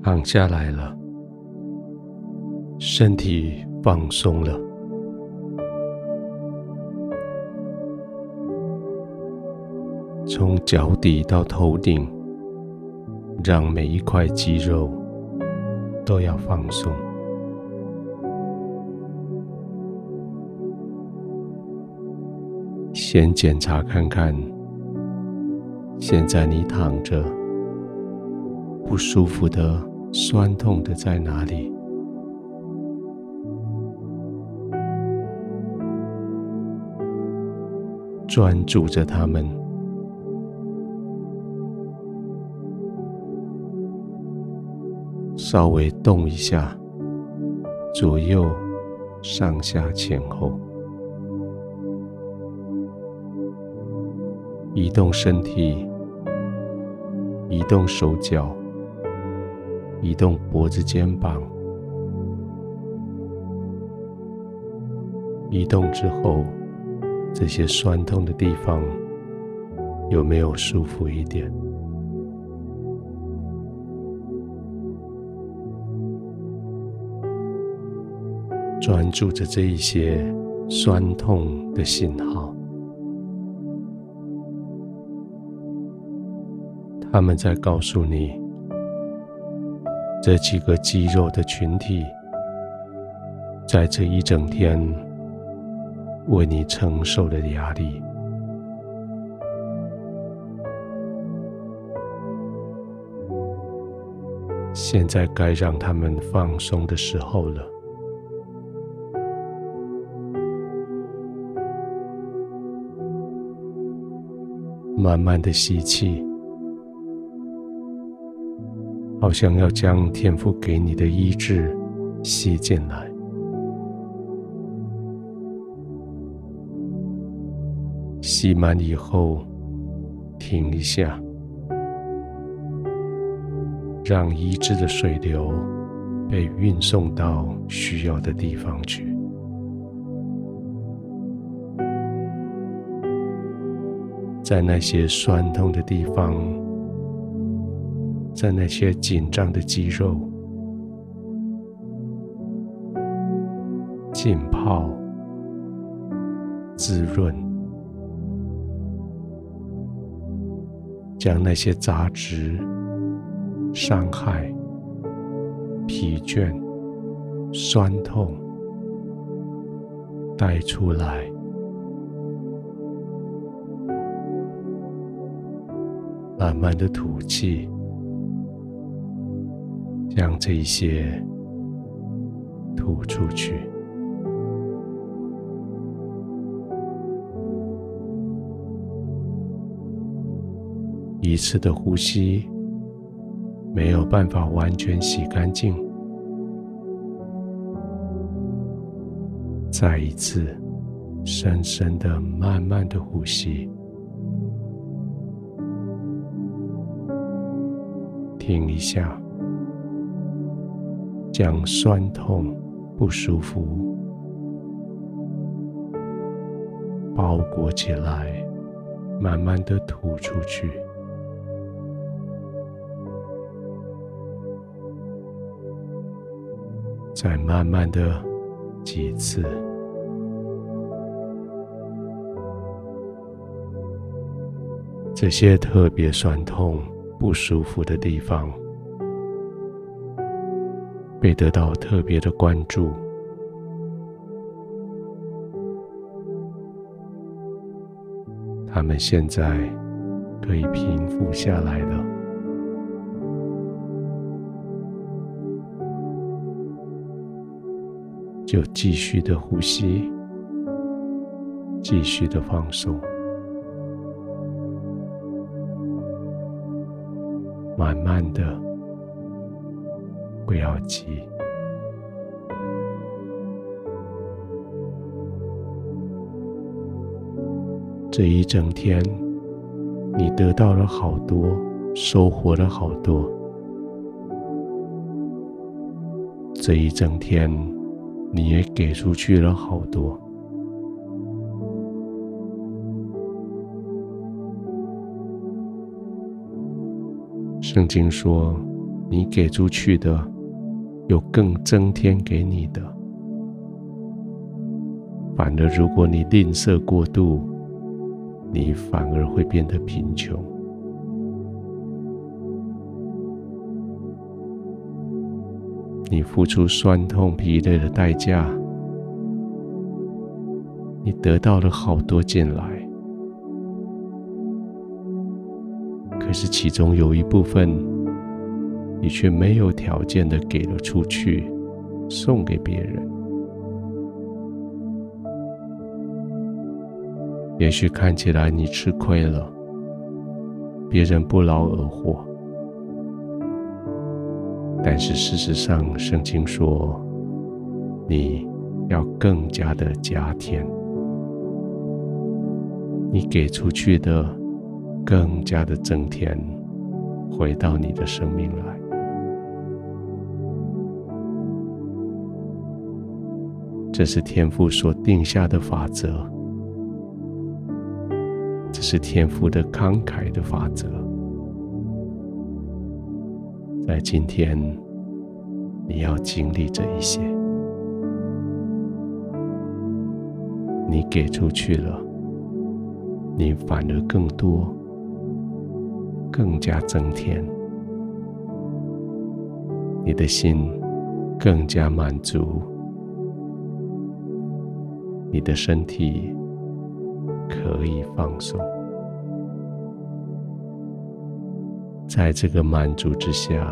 躺下来了，身体放松了，从脚底到头顶，让每一块肌肉都要放松。先检查看看，现在你躺着不舒服的、酸痛的在哪里？专注着它们，稍微动一下，左右、上下、前后，移动身体，移动手脚，移动脖子、肩膀，移动之后，这些酸痛的地方有没有舒服一点？专注着这一些酸痛的信号，他们在告诉你，这几个肌肉的群体在这一整天为你承受的压力。现在该让他们放松的时候了。慢慢的吸气，好像要将天父给你的医治吸进来。吸满以后，停一下，让医治的水流被运送到需要的地方去。在那些酸痛的地方，在那些紧张的肌肉，浸泡、滋润，将那些杂质、伤害、疲倦、酸痛带出来。慢慢的吐气，将这一些吐出去。一次的呼吸没有办法完全洗干净，再一次深深的、慢慢的呼吸。停一下，将酸痛、不舒服包裹起来，慢慢的吐出去。再慢慢的几次，这些特别酸痛不舒服的地方被得到特别的关注，他们现在可以平复下来了。就继续的呼吸，继续的放松，慢慢的，不要急。这一整天，你得到了好多，收获了好多。这一整天，你也给出去了好多。圣经说， 你给出去的有更增添给你的。反而如果你吝啬过度，你反而会变得贫穷。你付出酸痛疲累的代价，你得到了好多进来，可是其中有一部分你却没有条件的给了出去，送给别人。也许看起来你吃亏了，别人不劳而获，但是事实上圣经说，你要更加的加添，你给出去的更加的增添回到你的生命来。这是天父所定下的法则，这是天父的慷慨的法则。在今天，你要经历这一些，你给出去了，你反而更多，更加增添，你的心更加满足，你的身体可以放松。在这个满足之下，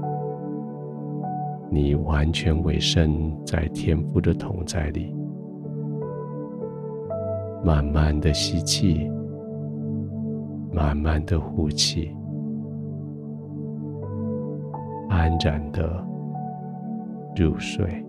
你完全委身在天父的同在里，慢慢的吸气，慢慢的呼气，安然的入睡。